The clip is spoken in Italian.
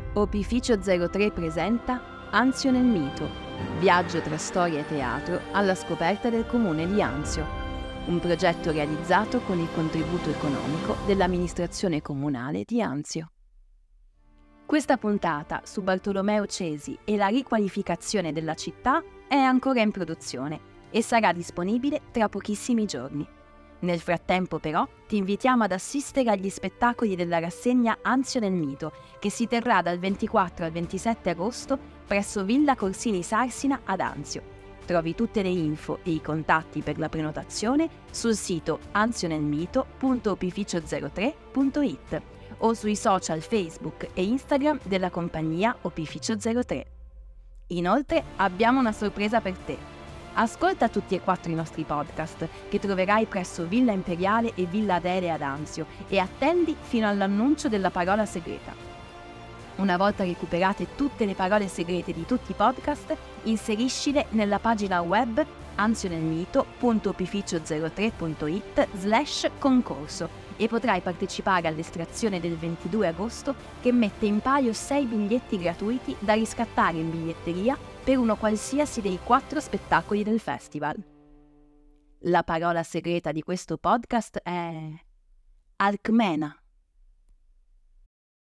Opificio 03 presenta Anzio nel mito, viaggio tra storia e teatro alla scoperta del comune di Anzio, un progetto realizzato con il contributo economico dell'amministrazione comunale di Anzio. Questa puntata su Bartolomeo Cesi e la riqualificazione della città è ancora in produzione e sarà disponibile tra pochissimi giorni. Nel frattempo però ti invitiamo ad assistere agli spettacoli della rassegna Anzio nel mito, che si terrà dal 24 al 27 agosto presso Villa Corsini Sarsina ad Anzio. Trovi tutte le info e i contatti per la prenotazione sul sito anzionelmito.opificio03.it o sui social Facebook e Instagram della compagnia Opificio 03. Inoltre abbiamo una sorpresa per te. Ascolta tutti e 4 i nostri podcast che troverai presso Villa Imperiale e Villa Adele ad Anzio e attendi fino all'annuncio della parola segreta. Una volta recuperate tutte le parole segrete di tutti i podcast, inseriscile nella pagina web anzionelmito.opificio03.it/concorso e potrai partecipare all'estrazione del 22 agosto che mette in paio 6 biglietti gratuiti da riscattare in biglietteria per uno qualsiasi dei 4 spettacoli del festival. La parola segreta di questo podcast è Alcmena.